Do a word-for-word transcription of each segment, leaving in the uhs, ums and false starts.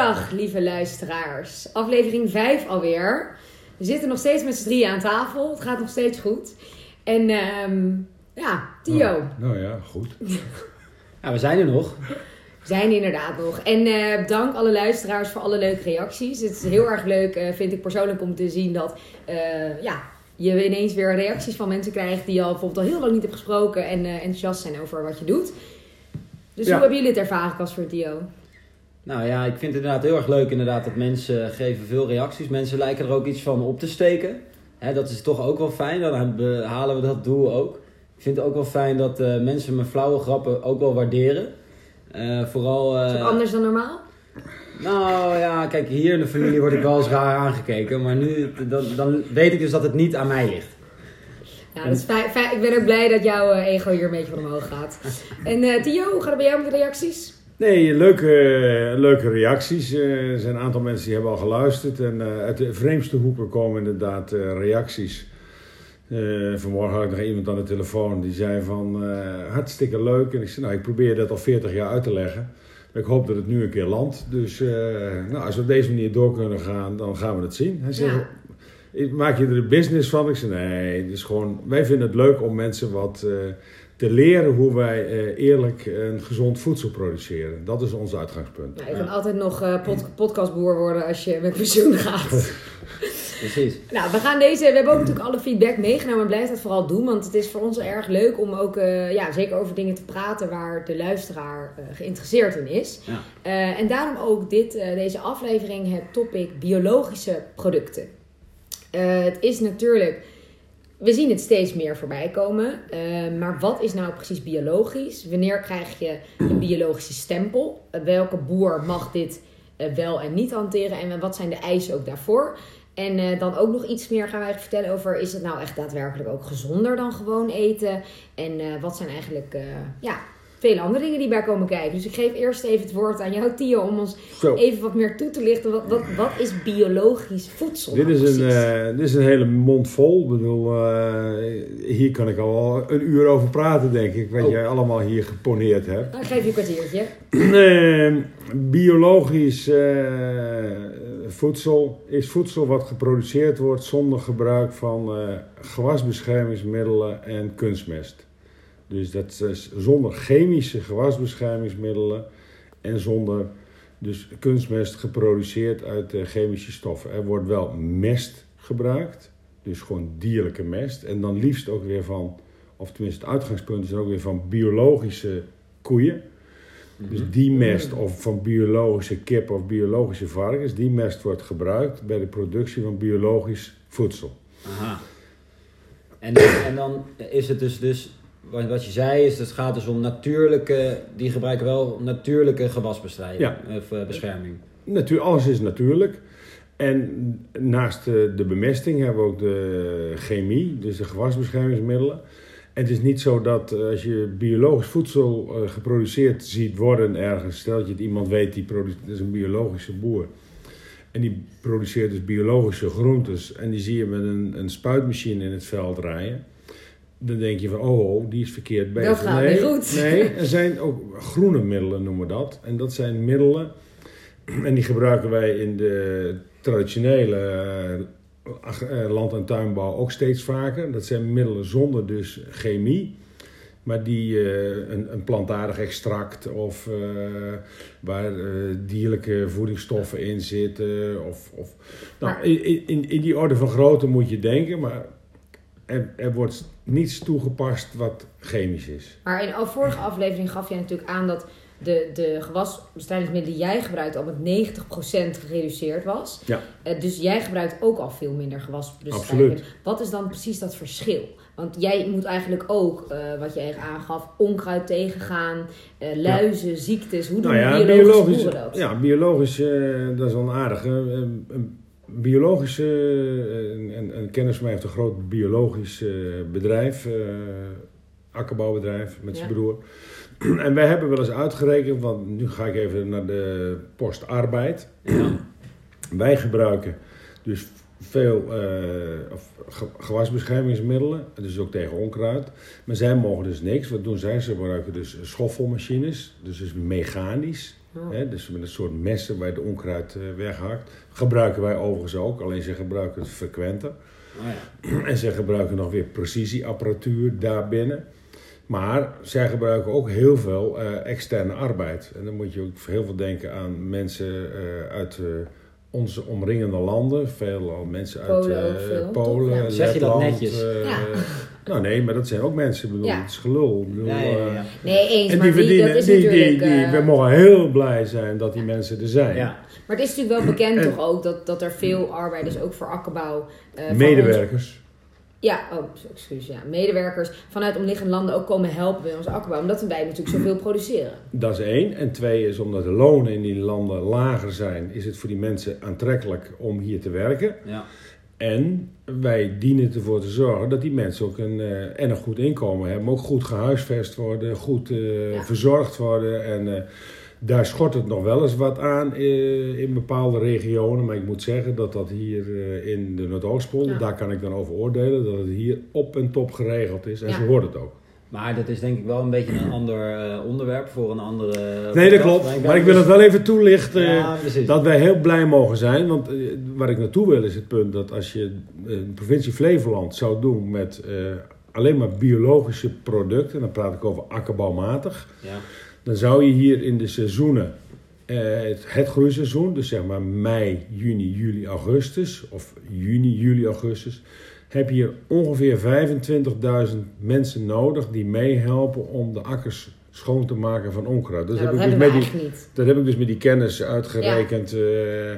Goedemiddag, lieve luisteraars. Aflevering vijf alweer. We zitten nog steeds met z'n drieën aan tafel. Het gaat nog steeds goed. En um, ja, Theo. Nou, nou ja, goed. Ja, we zijn er nog. We zijn er inderdaad nog. En uh, dank alle luisteraars voor alle leuke reacties. Het is heel erg leuk, uh, vind ik persoonlijk, om te zien dat uh, ja, je ineens weer reacties van mensen krijgt die je al bijvoorbeeld al heel lang niet hebt gesproken en uh, enthousiast zijn over wat je doet. Dus ja. Hoe hebben jullie het ervaren, Casper en Theo? Nou ja, ik vind het inderdaad heel erg leuk inderdaad dat mensen geven veel reacties. Mensen lijken er ook iets van op te steken. Hè, dat is toch ook wel fijn. Dan halen we dat doel ook. Ik vind het ook wel fijn dat uh, mensen mijn flauwe grappen ook wel waarderen. Uh, vooral, uh, is dat anders dan normaal? Nou ja, kijk, hier in de familie word ik wel eens raar aangekeken. Maar nu, dan, dan weet ik dus dat het niet aan mij ligt. Ja, dat is fijn, fijn. Ik ben ook blij dat jouw uh, ego hier een beetje van omhoog gaat. En uh, Theo, hoe gaat het bij jou met de reacties? Nee, leuke, leuke reacties. Uh, er zijn een aantal mensen die hebben al geluisterd. En uh, uit de vreemdste hoeken komen inderdaad uh, reacties. Uh, vanmorgen had ik nog iemand aan de telefoon die zei van uh, hartstikke leuk. En ik zei, nou, ik probeer dat al veertig jaar uit te leggen. Maar ik hoop dat het nu een keer landt. Dus uh, nou, als we op deze manier door kunnen gaan, dan gaan we het zien. Hij zei, ja. Maak je er een business van? Ik zei, nee, het is gewoon, wij vinden het leuk om mensen wat uh, te leren hoe wij uh, eerlijk en gezond voedsel produceren. Dat is ons uitgangspunt. Ja, je kan ja. altijd nog uh, pod- podcastboer worden als je met pensioen gaat. Precies. Nou, we gaan deze, we hebben ook natuurlijk alle feedback meegenomen en blijf dat vooral doen, want het is voor ons erg leuk om ook, uh, ja, zeker over dingen te praten waar de luisteraar uh, geïnteresseerd in is. Ja. Uh, en daarom ook dit, uh, deze aflevering het topic biologische producten. Uh, het is natuurlijk, we zien het steeds meer voorbij komen, uh, maar wat is nou precies biologisch? Wanneer krijg je een biologische stempel? Uh, welke boer mag dit uh, wel en niet hanteren en wat zijn de eisen ook daarvoor? En uh, dan ook nog iets meer gaan wij vertellen over, is het nou echt daadwerkelijk ook gezonder dan gewoon eten? En uh, wat zijn eigenlijk, uh, ja, vele andere dingen die bij komen kijken. Dus ik geef eerst even het woord aan jou, Theo, om ons Zo. even wat meer toe te lichten. Wat, wat, wat is biologisch voedsel? Dit, nou is een, uh, dit is een hele mond vol. Ik bedoel, uh, hier kan ik al een uur over praten, denk ik. Wat oh. jij allemaal hier geponeerd hebt. Dan geef je een kwartiertje. uh, biologisch uh, voedsel is voedsel wat geproduceerd wordt zonder gebruik van uh, gewasbeschermingsmiddelen en kunstmest. Dus dat is zonder chemische gewasbeschermingsmiddelen en zonder dus kunstmest geproduceerd uit uh, chemische stoffen. Er wordt wel mest gebruikt, dus gewoon dierlijke mest. En dan liefst ook weer van, of tenminste het uitgangspunt is ook weer van biologische koeien. Mm-hmm. Dus die mest, of van biologische kip of biologische varkens, die mest wordt gebruikt bij de productie van biologisch voedsel. Aha. En, en dan is het dus... dus wat je zei is, het gaat dus om natuurlijke, die gebruiken wel natuurlijke gewasbestrijding, ja. of uh, bescherming. Natuur, alles is natuurlijk. En naast de, de bemesting hebben we ook de chemie, dus de gewasbeschermingsmiddelen. En het is niet zo dat als je biologisch voedsel uh, geproduceerd ziet worden ergens, stel dat je het iemand weet, die produ- dat is een biologische boer. En die produceert dus biologische groentes en die zie je met een, een spuitmachine in het veld rijden. Dan denk je van, oh, oh, die is verkeerd bezig. Dat gaat nee, niet goed. Nee, er zijn ook groene middelen, noemen we dat. En dat zijn middelen, en die gebruiken wij in de traditionele uh, land- en tuinbouw ook steeds vaker. Dat zijn middelen zonder dus chemie, maar die uh, een, een plantaardig extract of uh, waar uh, dierlijke voedingsstoffen in zitten. Of, of, nou, maar, in, in, in die orde van grootte moet je denken, maar... Er, er wordt niets toegepast wat chemisch is. Maar in de vorige aflevering gaf jij natuurlijk aan dat de, de gewasbestrijdingsmiddelen die jij gebruikt al met negentig procent gereduceerd was. Ja. Uh, dus jij gebruikt ook al veel minder gewasbestrijdingsmiddelen. Wat is dan precies dat verschil? Want jij moet eigenlijk ook, uh, wat je eigenlijk aangaf, onkruid tegengaan, uh, luizen, ja. ziektes. Hoe doen nou ja, biologische boeren dat? Ja, biologisch, uh, dat is wel een aardige... Uh, een biologische, uh, en, en kennis van mij heeft een groot biologisch uh, bedrijf, uh, akkerbouwbedrijf met zijn ja. broer. En wij hebben wel eens uitgerekend, want nu ga ik even naar de post arbeid. Ja. Wij gebruiken dus veel uh, gewasbeschermingsmiddelen, dus ook tegen onkruid. Maar zij mogen dus niks. Wat doen zij? Ze gebruiken dus schoffelmachines, dus, dus mechanisch. Oh. Hè, dus met een soort messen waar je de onkruid uh, weghakt. Gebruiken wij overigens ook, alleen ze gebruiken het frequenter. Oh ja. En ze gebruiken nog weer precisieapparatuur daarbinnen. Maar zij gebruiken ook heel veel uh, externe arbeid. En dan moet je ook heel veel denken aan mensen uh, uit uh, onze omringende landen. Veel mensen uit Polen, uh, veel, Polen, ja. Zeg je dat Letland, netjes? Uh, ja. Nou nee, maar dat zijn ook mensen. Ik bedoel, Ja. het is gelul. Ik bedoel, Ja, ja, ja. Nee, eens, en maar die die, verdienen, dat is die, die, natuurlijk... die, uh, we mogen heel blij zijn dat die mensen er zijn. Ja. Maar het is natuurlijk wel bekend En- toch ook dat, dat er veel arbeiders ook voor akkerbouw... Uh, van Medewerkers. Ja, oh, excuus, ja. Medewerkers vanuit omliggende landen ook komen helpen bij onze akkerbouw. Omdat wij natuurlijk zoveel produceren. Dat is één. En twee is omdat de lonen in die landen lager zijn, is het voor die mensen aantrekkelijk om hier te werken. Ja. En wij dienen ervoor te zorgen dat die mensen ook een, uh, en een goed inkomen hebben. Maar ook goed gehuisvest worden, goed uh, Ja. verzorgd worden. En uh, daar schort het nog wel eens wat aan uh, in bepaalde regionen. Maar ik moet zeggen dat dat hier uh, in de Noordoostpolder, Ja. daar kan ik dan over oordelen, dat het hier op en top geregeld is. En Ja. zo wordt het ook. Maar dat is denk ik wel een beetje een ander uh, onderwerp voor een andere... Nee, dat podcast. klopt. Maar ik wil het wel even toelichten. Ja, precies. Dat wij heel blij mogen zijn. Want uh, waar ik naartoe wil is het punt dat als je een provincie Flevoland zou doen met uh, alleen maar biologische producten, dan praat ik over akkerbouwmatig, Ja. dan zou je hier in de seizoenen, uh, het, het groeiseizoen, dus zeg maar mei, juni, juli, augustus, of juni, juli, augustus, heb je hier ongeveer vijfentwintigduizend mensen nodig die meehelpen om de akkers schoon te maken van onkruid. Dus Ja, dat heb ik hebben dus we met die, eigenlijk niet. dat heb ik dus met die kennis uitgerekend uh,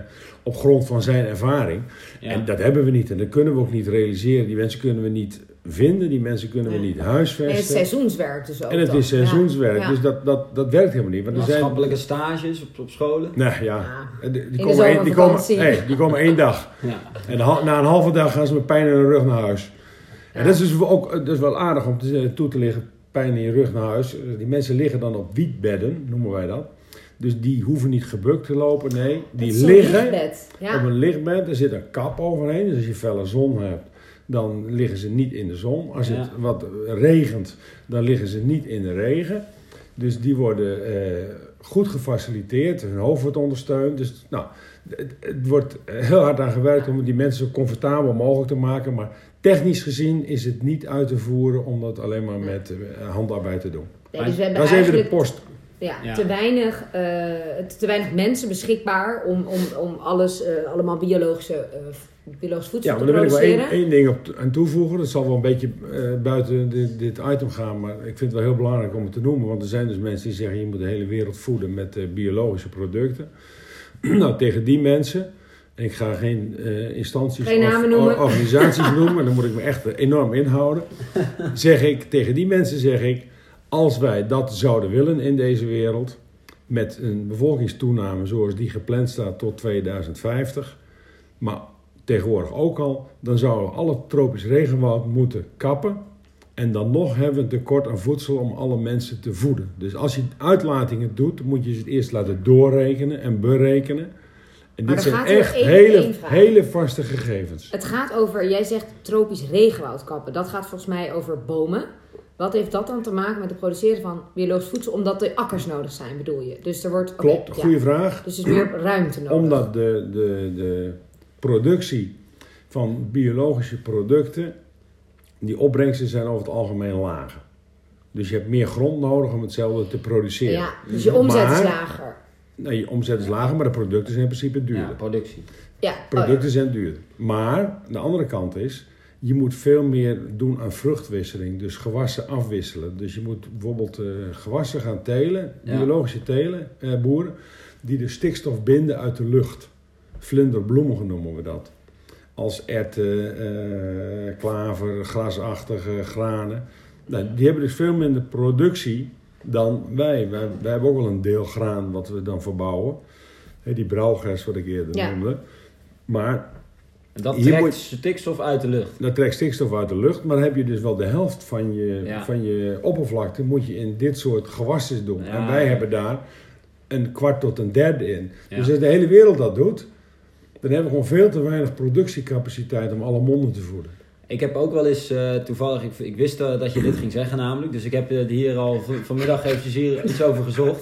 op grond van zijn ervaring. Ja. En dat hebben we niet en dat kunnen we ook niet realiseren. Die mensen kunnen we niet vinden, die mensen kunnen we Nee. niet En huisvesten. het seizoenswerk dus ook. En het dan. is seizoenswerk, Ja. dus dat, dat, dat werkt helemaal niet. Want er zijn, Maatschappelijke stages op, op scholen. nee, ja, Ja. die, die, de komen één, die, komen, zomervakantie. hey, die komen één dag. Ja. En de hal- na een halve dag gaan ze met pijn in hun rug naar huis. En Ja. dat is dus ook dat is wel aardig om te, toe te liggen, pijn in je rug naar huis. Die mensen liggen dan op wietbedden, noemen wij dat. Dus die hoeven niet gebukt te lopen, nee. Het Die is zo'n liggen lichtbed. Ja. op een lichtbed, er zit een kap overheen. Dus als je felle zon hebt, dan liggen ze niet in de zon. Als het Ja. wat regent, dan liggen ze niet in de regen. Dus die worden eh, goed gefaciliteerd, hun hoofd wordt ondersteund. Dus nou, het, het wordt heel hard aan gewerkt om die mensen zo comfortabel mogelijk te maken. Maar technisch gezien is het niet uit te voeren om dat alleen maar met uh, handarbeid te doen. Nee, dus we hebben Dat is even de eigenlijk post. ja, Ja. Te, weinig, uh, te weinig mensen beschikbaar om, om, om alles, uh, allemaal biologische, uh, biologisch voedsel Ja, maar te daar wil ik wel produceren. één, één ding op, aan toevoegen. Dat zal wel een beetje uh, buiten dit, dit item gaan, maar ik vind het wel heel belangrijk om het te noemen. Want er zijn dus mensen die zeggen, je moet de hele wereld voeden met uh, biologische producten. Nou, tegen die mensen, en ik ga geen uh, instanties Geen namen of noemen. or- organisaties noemen, maar dan moet ik me echt enorm inhouden. Zeg ik, tegen die mensen zeg ik, als wij dat zouden willen in deze wereld, met een bevolkingstoename zoals die gepland staat tot tweeduizend vijftig, maar tegenwoordig ook al, dan zouden we alle tropisch regenwoud moeten kappen. En dan nog hebben we een tekort aan voedsel om alle mensen te voeden. Dus als je uitlatingen doet, moet je ze het eerst laten doorrekenen en berekenen. En Maar dit dan zijn gaat er echt één- hele, één vraag. hele vaste gegevens. Het gaat over, jij zegt tropisch regenwoud kappen. Dat gaat volgens mij over bomen. Wat heeft dat dan te maken met het produceren van biologisch voedsel? Omdat de akkers nodig zijn, bedoel je? Dus er wordt... oké, Klopt, ja. goede vraag. Dus er is meer ruimte nodig. Omdat de, de, de productie van biologische producten, die opbrengsten zijn over het algemeen lager. Dus je hebt meer grond nodig om hetzelfde te produceren. Ja, dus je omzet Maar- is lager. Nee, je omzet is lager, maar de producten zijn in principe duurder. Ja, productie. Ja, oh Producten ja. zijn duurder. Maar de andere kant is, je moet veel meer doen aan vruchtwisseling. Dus gewassen afwisselen. Dus je moet bijvoorbeeld uh, gewassen gaan telen, Ja. biologische telen, uh, boeren, die de stikstof binden uit de lucht. Vlinderbloemigen noemen we dat. Als erwten, uh, klaver, grasachtige granen. Nou, die hebben dus veel minder productie dan wij. wij. Wij hebben ook wel een deel graan wat we dan verbouwen. He, die brouwgers wat ik eerder Ja. noemde. Maar En dat Hier trekt moet- stikstof uit de lucht. dat trekt stikstof uit de lucht. Maar dan heb je dus wel de helft van je, Ja. van je oppervlakte moet je in dit soort gewassen doen. Ja, en wij ja. hebben daar een kwart tot een derde in. Ja. Dus als de hele wereld dat doet, dan hebben we gewoon veel te weinig productiecapaciteit om alle monden te voeden. Ik heb ook wel eens uh, toevallig, ik, ik wist uh, dat je dit ging zeggen namelijk. Dus ik heb uh, hier al v- vanmiddag eventjes hier iets over gezocht.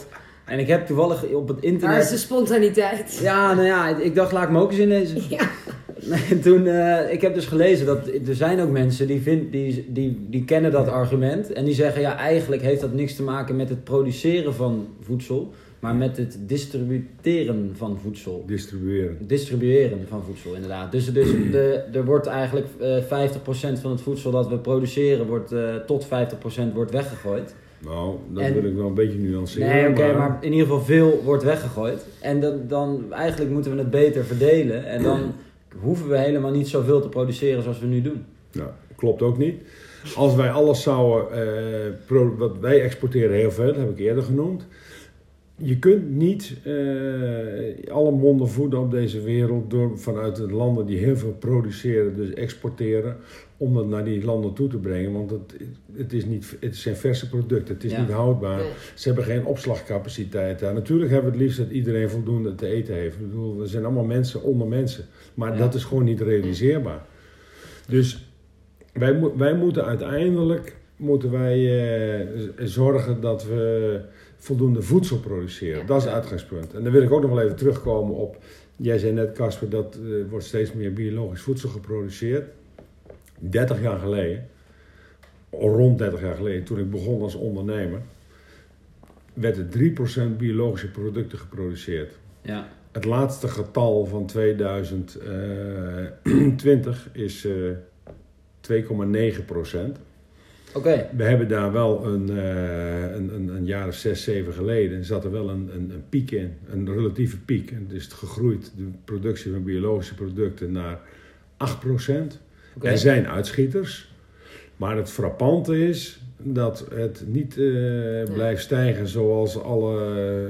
En ik heb toevallig op het internet... Waar is de spontaniteit? Ja, nou ja, ik dacht, laat ik me ook eens inlezen. Ja. En toen, uh, ik heb dus gelezen dat er zijn ook mensen die, vind, die, die, die kennen dat argument. En die zeggen, ja, eigenlijk heeft dat niks te maken met het produceren van voedsel. Maar met het distributeren van voedsel. Distribueren. Distribueren van voedsel, inderdaad. Dus, dus de, er wordt eigenlijk uh, vijftig procent van het voedsel dat we produceren, wordt, uh, tot vijftig procent wordt weggegooid. Nou, dat en, wil ik wel een beetje nuanceren. Nee, oké, okay, maar... maar in ieder geval veel wordt weggegooid. En dan, dan eigenlijk moeten we het beter verdelen. En dan hoeven we helemaal niet zoveel te produceren zoals we nu doen. Nou, klopt ook niet. Als wij alles zouden, uh, pro- wat wij exporteren heel veel, dat heb ik eerder genoemd. Je kunt niet uh, alle monden voeden op deze wereld door vanuit de landen die heel veel produceren, dus exporteren, om dat naar die landen toe te brengen. Want het, het, is niet, het zijn verse producten, het is ja. niet houdbaar. Nee. Ze hebben geen opslagcapaciteit daar. Natuurlijk hebben we het liefst dat iedereen voldoende te eten heeft. Ik bedoel, we zijn allemaal mensen onder mensen. Maar ja. dat is gewoon niet realiseerbaar. Dus wij, mo- wij moeten uiteindelijk moeten wij, uh, zorgen dat we voldoende voedsel produceren. Ja. Dat is het uitgangspunt. En dan wil ik ook nog wel even terugkomen op... Jij zei net, Casper, dat er uh, wordt steeds meer biologisch voedsel geproduceerd. dertig jaar geleden, rond dertig jaar geleden, toen ik begon als ondernemer, werd er drie procent biologische producten geproduceerd. Ja. Het laatste getal van tweeduizend twintig is uh, twee komma negen procent. Okay. We hebben daar wel een, uh, een, een, een jaar of zes, zeven geleden zat er wel een, een, een piek in, een relatieve piek. En het is gegroeid, de productie van biologische producten, naar acht procent. Okay. Er zijn uitschieters, maar het frappante is dat het niet uh, ja. blijft stijgen zoals alle,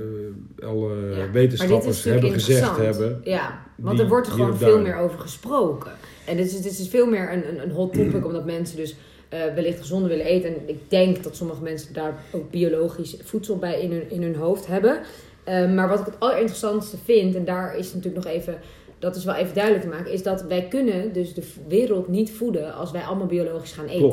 uh, alle ja. wetenschappers hebben gezegd hebben. Ja, want die, er wordt er gewoon veel meer over gesproken. En het is, het is veel meer een, een, een hot topic, omdat mensen dus uh, wellicht gezonder willen eten. En ik denk dat sommige mensen daar ook biologisch voedsel bij in hun, in hun hoofd hebben. Uh, maar wat ik het allerinteressantste vind, en daar is natuurlijk nog even... Dat is wel even duidelijk te maken, is dat wij kunnen dus de wereld niet voeden als wij allemaal biologisch gaan eten.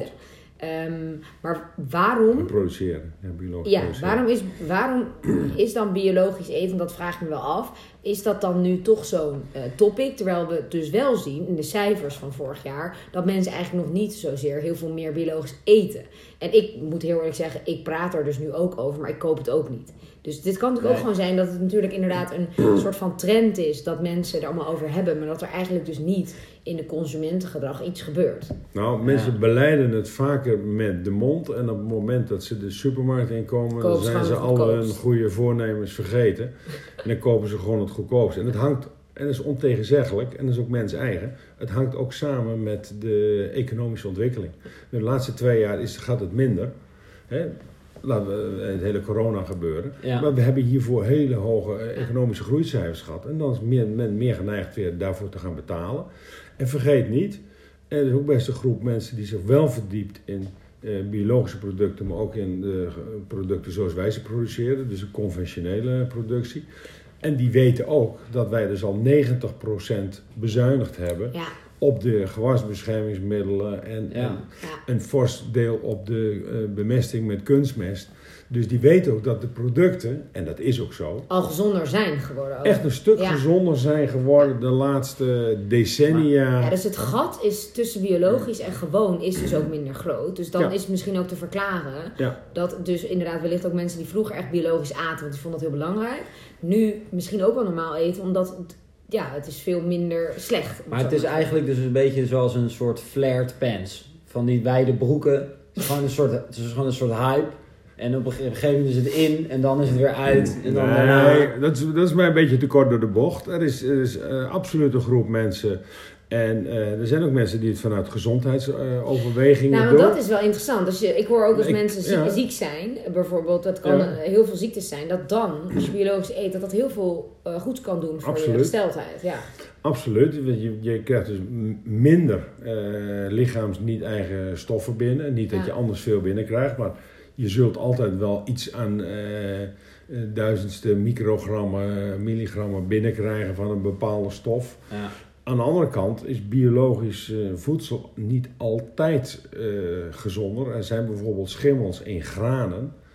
Um, maar waarom... En produceren. Ja, biologisch ja produceren. Waarom, is, waarom is dan biologisch eten, dat vraag ik me wel af, is dat dan nu toch zo'n uh, topic? Terwijl we dus wel zien in de cijfers van vorig jaar, dat mensen eigenlijk nog niet zozeer heel veel meer biologisch eten. En ik moet heel eerlijk zeggen, ik praat er dus nu ook over, maar ik koop het ook niet. Dus dit kan natuurlijk nee. ook gewoon zijn dat het natuurlijk inderdaad een soort van trend is dat mensen er allemaal over hebben, maar dat er eigenlijk dus niet in de consumentengedrag iets gebeurt. Nou, mensen ja. belijden het vaker met de mond en op het moment dat ze de supermarkt inkomen, dan zijn ze al hun goede voornemens vergeten. En dan kopen ze gewoon het goedkoopste. En het hangt, en dat is ontegenzeggelijk, en dat is ook mens eigen, het hangt ook samen met de economische ontwikkeling. De laatste twee jaar is, gaat het minder. Hè? Laten we het hele corona gebeuren. Ja. Maar we hebben hiervoor hele hoge economische groeicijfers gehad. En dan is men meer, meer geneigd weer daarvoor te gaan betalen. En vergeet niet, er is ook best een groep mensen die zich wel verdiept in eh, biologische producten, maar ook in de producten zoals wij ze produceren. Dus een conventionele productie. En die weten ook dat wij dus al negentig procent bezuinigd hebben. Ja. Op de gewasbeschermingsmiddelen en, ja. en ja. een fors deel op de uh, bemesting met kunstmest. Dus die weten ook dat de producten, en dat is ook zo, al gezonder zijn geworden. Ook. Echt een stuk ja. gezonder zijn geworden ja. de laatste decennia. Ja, dus het gat is tussen biologisch en gewoon is dus ook minder groot. Dus dan ja. is het misschien ook te verklaren ja. dat dus inderdaad wellicht ook mensen die vroeger echt biologisch aten, want die vonden dat heel belangrijk, nu misschien ook wel normaal eten, omdat het, ja, het is veel minder slecht. Maar het is eigenlijk dus een beetje zoals een soort flared pants. Van die wijde broeken. Het is gewoon een soort, het is gewoon een soort hype. En op een gegeven moment is het in en dan is het weer uit. En dan nee, daarna... dat, is, dat is mij een beetje te kort door de bocht. Er is, er is uh, absoluut een groep mensen. En uh, er zijn ook mensen die het vanuit gezondheidsoverwegingen uh, nou, doen. Dat is wel interessant. Dus je, ik hoor ook als ik, mensen ziek, ja. ziek zijn, bijvoorbeeld, dat kan ja. heel veel ziektes zijn, dat dan, als je biologisch eet, dat dat heel veel uh, goeds kan doen voor absoluut. Je gesteldheid. Ja. Absoluut. Je, je krijgt dus minder uh, lichaams niet-eigen stoffen binnen. Niet dat ja. je anders veel binnenkrijgt, maar je zult altijd wel iets aan uh, uh, duizendste microgrammen, milligrammen binnenkrijgen van een bepaalde stof. Ja. Aan de andere kant is biologisch uh, voedsel niet altijd uh, gezonder. Er zijn bijvoorbeeld schimmels in granen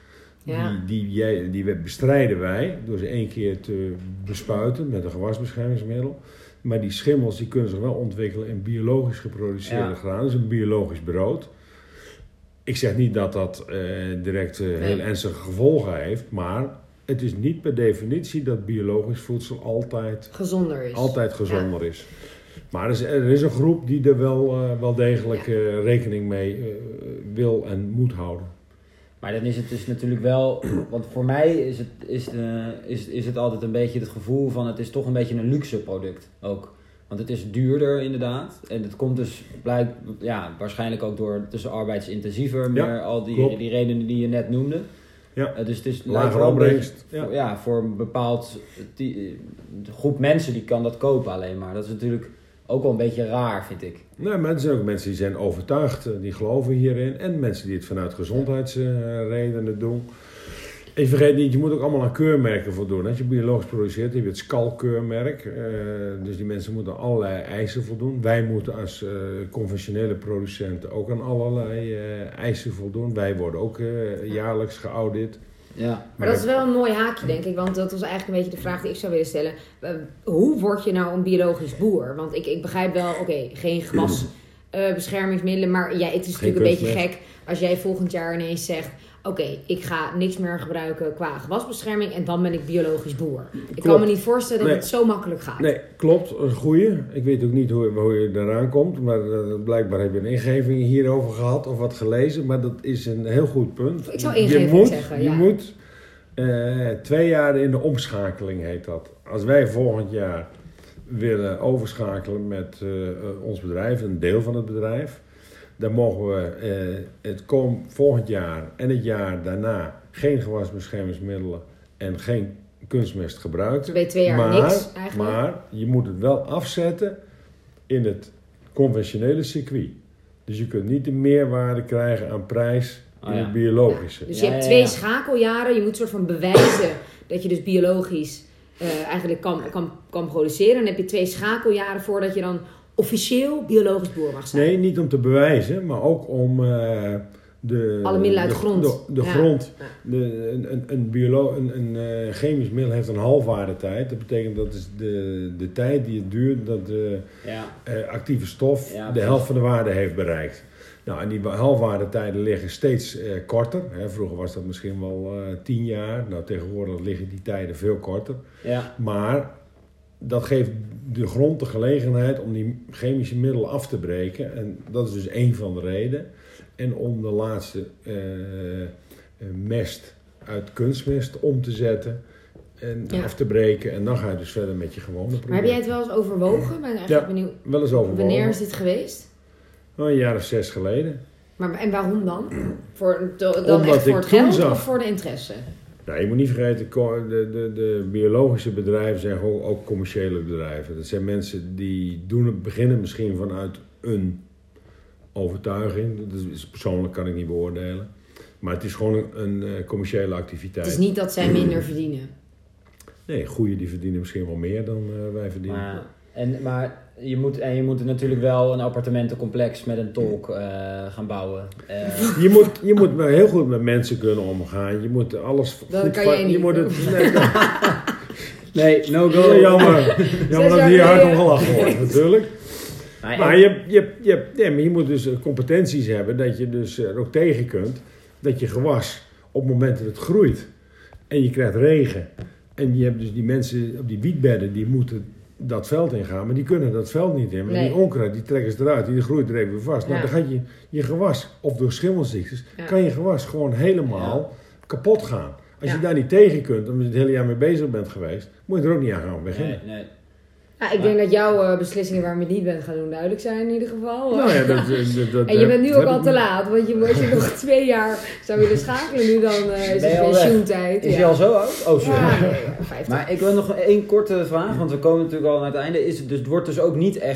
Ja. Die, die, die bestrijden wij door ze één keer te bespuiten met een gewasbeschermingsmiddel. Maar die schimmels die kunnen zich wel ontwikkelen in biologisch geproduceerde ja. graan. Dus een biologisch brood. Ik zeg niet dat dat uh, direct uh, heel nee. ernstige gevolgen heeft, maar het is niet per definitie dat biologisch voedsel altijd gezonder is. Altijd gezonder ja. is. Maar er is, er is een groep die er wel, uh, wel degelijk ja. uh, rekening mee uh, wil en moet houden. Maar dan is het dus natuurlijk wel, want voor mij is het, is, de, is, is het altijd een beetje het gevoel van het is toch een beetje een luxe product ook. Want het is duurder inderdaad. En het komt dus blijk, ja, waarschijnlijk ook door tussen arbeidsintensiever, meer ja, al die, die redenen die je net noemde. Ja. Uh, dus het is lager opbrengst. Ja. ja, voor een bepaald die, groep mensen die kan dat kopen alleen maar. Dat is natuurlijk ook wel een beetje raar, vind ik. Nou, maar er zijn ook mensen die zijn overtuigd, die geloven hierin. En mensen die het vanuit gezondheidsredenen doen. En je vergeet niet, je moet ook allemaal aan keurmerken voldoen. Als je biologisch produceert, heb je het S C A L-keurmerk. Uh, dus die mensen moeten allerlei eisen voldoen. Wij moeten als uh, conventionele producenten ook aan allerlei uh, eisen voldoen. Wij worden ook uh, jaarlijks geaudit. Ja. Maar, maar dat is wel een mooi haakje, denk ik. Want dat was eigenlijk een beetje de vraag die ik zou willen stellen. Uh, hoe word je nou een biologisch boer? Want ik, ik begrijp wel, oké, okay, geen gewasbeschermingsmiddelen. Uh, maar ja, het is geen natuurlijk een beetje gek als jij volgend jaar ineens zegt... Oké, okay, ik ga niks meer gebruiken qua gewasbescherming en dan ben ik biologisch boer. Ik klopt. kan me niet voorstellen dat nee. het zo makkelijk gaat. Nee, klopt. Een goeie. Ik weet ook niet hoe, hoe je eraan komt, maar uh, blijkbaar heb je een ingeving hierover gehad of wat gelezen. Maar dat is een heel goed punt. Ik zou ingeving je moet, zeggen, Je ja. moet uh, twee jaar in de omschakeling, heet dat. Als wij volgend jaar willen overschakelen met uh, ons bedrijf, een deel van het bedrijf... Dan mogen we uh, het kom, volgend jaar en het jaar daarna geen gewasbeschermingsmiddelen en geen kunstmest gebruiken. Dus ben je twee jaar maar, niks eigenlijk. Maar je moet het wel afzetten in het conventionele circuit. Dus je kunt niet de meerwaarde krijgen aan prijs in oh ja. het biologische. Ja. Dus je hebt twee schakeljaren. Je moet soort van bewijzen dat je dus biologisch uh, eigenlijk kan, kan, kan produceren. Dan heb je twee schakeljaren voordat je dan... officieel biologisch boer mag zijn. Nee, niet om te bewijzen, maar ook om uh, de... Alle middelen uit de grond. De, de ja. grond. De, een een, een, biolo- een, een uh, chemisch middel heeft een halfwaardetijd. Dat betekent dat is de, de tijd die het duurt dat de ja. uh, actieve stof ja, de helft van de waarde heeft bereikt. Nou, en die halfwaardetijden liggen steeds uh, korter. Hè, vroeger was dat misschien wel uh, tien jaar. Nou, tegenwoordig liggen die tijden veel korter. Ja. Maar... dat geeft de grond de gelegenheid om die chemische middelen af te breken. En dat is dus één van de redenen. En om de laatste uh, mest uit kunstmest om te zetten en ja. af te breken. En dan ga je dus verder met je gewone producten. Maar heb jij het wel eens overwogen? Ben eigenlijk ja, benieuwd. wel eens overwogen. Wanneer is dit geweest? Nou, een jaar of zes geleden. Maar, en waarom dan? Voor, dan echt voor het geld zag. Of voor de interesse? Nou, je moet niet vergeten, de, de, de biologische bedrijven zijn gewoon ook commerciële bedrijven. Dat zijn mensen die doen het, beginnen misschien vanuit een overtuiging. Dat is, persoonlijk kan ik niet beoordelen. Maar het is gewoon een, een commerciële activiteit. Het is niet dat zij minder verdienen. Nee, goeie die verdienen misschien wel meer dan uh, wij verdienen. Maar, en, maar je moet, en je moet natuurlijk wel een appartementencomplex met een tolk uh, gaan bouwen. Uh. Je, moet, je moet heel goed met mensen kunnen omgaan. Je moet alles dat goed kan jij niet. Je moet het, nee, nee, no go. Ja, jammer. Jammer dat hier hard om gelachen wordt, natuurlijk. Maar, maar je, je, je, ja, maar je moet dus competenties hebben dat je dus er ook tegen kunt dat je gewas op het moment dat het groeit en je krijgt regen en je hebt dus die mensen op die wietbedden die moeten dat veld ingaan, maar die kunnen dat veld niet in. Maar nee. die onkruid, die trekken ze eruit, die groeit er even weer vast. Ja. Nou, dan gaat je, je gewas, of door schimmelziektes, ja. kan je gewas gewoon helemaal ja. kapot gaan. Als ja. je daar niet tegen kunt, omdat je het hele jaar mee bezig bent geweest, moet je er ook niet aan gaan beginnen. Nee, nee. Ja, ik denk dat jouw uh, beslissingen waar je niet bent gaan doen duidelijk zijn in ieder geval. Nou ja, dat, dat, dat, en je bent nu ook al te laat, want je, als je nog twee jaar zou willen schakelen nu, dan uh, is het pensioentijd. Is ja. je al zo oud? Oh, sorry. Ja, nee, ja, maar ik wil nog één korte vraag, want we komen natuurlijk al aan het einde. Is het, dus, het wordt dus ook niet echt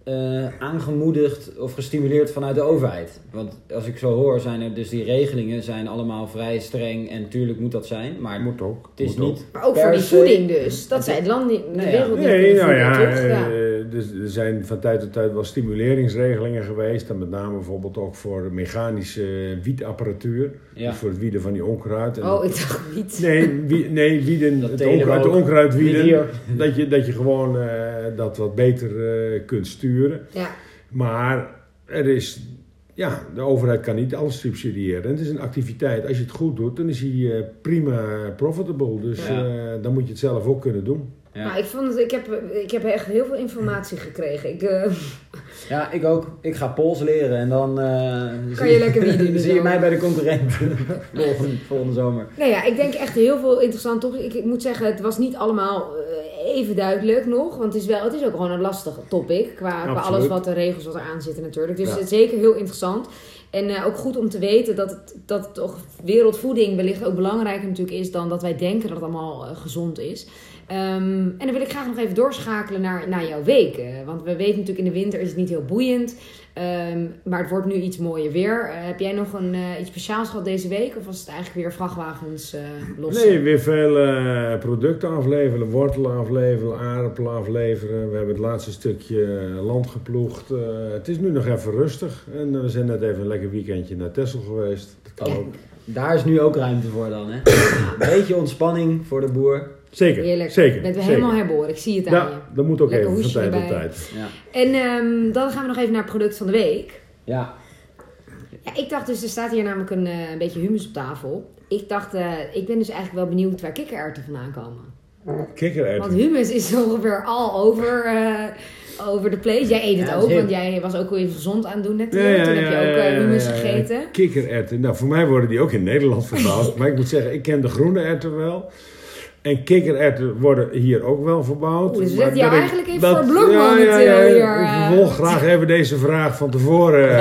uh, aangemoedigd of gestimuleerd vanuit de overheid. Want als ik zo hoor, zijn er dus die regelingen zijn allemaal vrij streng en tuurlijk moet dat zijn. Maar moet ook. Het is moet niet. Ook. Maar ook voor die voeding dus. Dat zij het land niet, de nee, wereld niet nee, nou ja, voeden, toch? Ja. Uh, dus er zijn van tijd tot tijd wel stimuleringsregelingen geweest. En met name bijvoorbeeld ook voor mechanische wietapparatuur. Ja. Dus voor het wieden van die onkruid. En Oh, ik dacht wiet. Nee, wie, nee wieden, Dat het deden we onkruid, de ook. onkruid wieden. Wiedier. Dat je, dat je gewoon uh, dat wat beter uh, kunt sturen. Ja. Maar er is, ja, de overheid kan niet alles subsidiëren. En het is een activiteit. Als je het goed doet, dan is hij uh, prima profitable. Dus Ja. uh, dan moet je het zelf ook kunnen doen. Ja. Nou, ik, vond het, ik, heb, ik heb echt heel veel informatie gekregen. Ik, uh, Ja, ik ook. Ik ga Pools leren en dan uh, Kan zie, je lekker wieden in de zie je zomer. mij bij de concurrent volgende, volgende zomer. nou ja, ik denk echt heel veel interessant. Toch? Ik, ik moet zeggen, het was niet allemaal uh, even duidelijk nog. Want het is, wel, het is ook gewoon een lastig topic. Qua, qua Absoluut. alles wat de regels wat eraan zitten natuurlijk. Dus Ja. het is zeker heel interessant. En uh, ook goed om te weten dat het, dat het toch wereldvoeding wellicht ook belangrijker natuurlijk is dan dat wij denken dat het allemaal uh, gezond is. Um, en dan wil ik graag nog even doorschakelen naar, naar jouw week. Uh, want we weten natuurlijk in de winter is het niet heel boeiend. Um, maar het wordt nu iets mooier weer. Uh, heb jij nog een, uh, iets speciaals gehad deze week? Of was het eigenlijk weer vrachtwagens uh, lossen? Nee, weer veel uh, producten afleveren, wortelen afleveren, aardappelen afleveren. We hebben het laatste stukje land geploegd. Uh, het is nu nog even rustig. En uh, we zijn net even een lekker weekendje naar Texel geweest. Dat kan Ja. ook. Daar is nu ook ruimte voor dan, hè? Een beetje ontspanning voor de boer. Zeker, Heerlijk. zeker. Bent we zeker. helemaal herboren. Ik zie het aan Ja, je. dat moet ook Lekker even van hoesje tijd tot erbij. tijd. Ja. En um, dan gaan we nog even naar het product van de week. Ja. Ja, ik dacht dus, er staat hier namelijk een, uh, een beetje hummus op tafel. Ik dacht, uh, ik ben dus eigenlijk wel benieuwd waar kikkererwten vandaan komen. Kikkererwten. Want hummus is ongeveer al over, uh, over de place. Jij eet het Ja, dat ook, is want hip. jij was ook wel even gezond aan het doen net. Ja, ja, Toen heb je ja, ook uh, ja, ja, hummus ja, ja. gegeten. Kikkererwten. Nou, voor mij worden die ook in Nederland verbouwd. Maar ik moet zeggen, ik ken de groene erwten wel. En kikkererwten worden hier ook wel verbouwd. Oeh, dus we Maar zetten jou dat ik- eigenlijk even dat- voor blok ja, momenteel ja, ja, hier. Ik uh. vervolg graag even deze vraag van tevoren.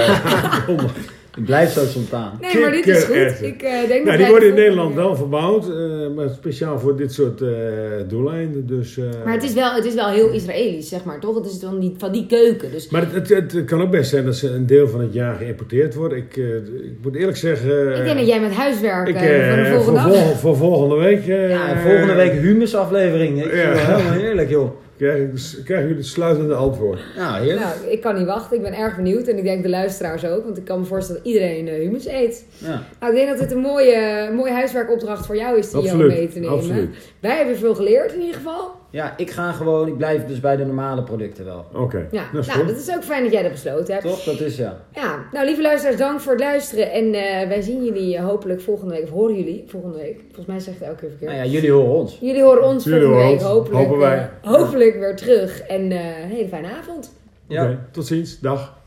Het blijft zo spontaan. Nee, maar dit is goed. Kikkererwten. Ik uh, denk dat Nou, wij die de worden in volgende Nederland keer- wel verbouwd, uh, maar speciaal voor dit soort uh, doeleinden. Dus, uh, Maar het is, wel, het is wel heel Israëlisch, zeg maar, toch? Het is van die, van die keuken. Dus maar het, het, het kan ook best zijn dat ze een deel van het jaar geïmporteerd wordt. Ik, uh, ik moet eerlijk zeggen... ik denk dat jij met huiswerk ik, uh, voor de uh, volgende voor, dag... vol, voor volgende week... Uh, Ja, en volgende week humusaflevering. Ik vind Ja. het wel helemaal heerlijk, joh. Krijgen krijg jullie het sluitende antwoord. Nou, heerlijk. Nou, ik kan niet wachten. Ik ben erg benieuwd. En ik denk de luisteraars ook. Want ik kan me voorstellen dat iedereen uh, hummus eet. Ja. Nou, ik denk dat dit een mooie, mooie huiswerkopdracht voor jou is die Absoluut, jou mee te nemen. absoluut. Wij hebben veel geleerd in ieder geval. Ja, ik ga gewoon, ik blijf dus bij de normale producten wel. Oké, okay. Ja, dat is nou, goed. dat is ook fijn dat jij dat besloten hebt. Toch? Dat is ja. Ja, nou lieve luisteraars, dank voor het luisteren. En uh, wij zien jullie uh, hopelijk volgende week. Of horen jullie volgende week. Volgens mij zegt het elke keer verkeerd. Nou ja, jullie horen ons. Jullie horen ons Jullie volgende horen week. ons. Hopelijk, Hopen wij. uh, hopelijk weer terug. En uh, een hele fijne avond. Oké, Ja. tot ziens. Dag.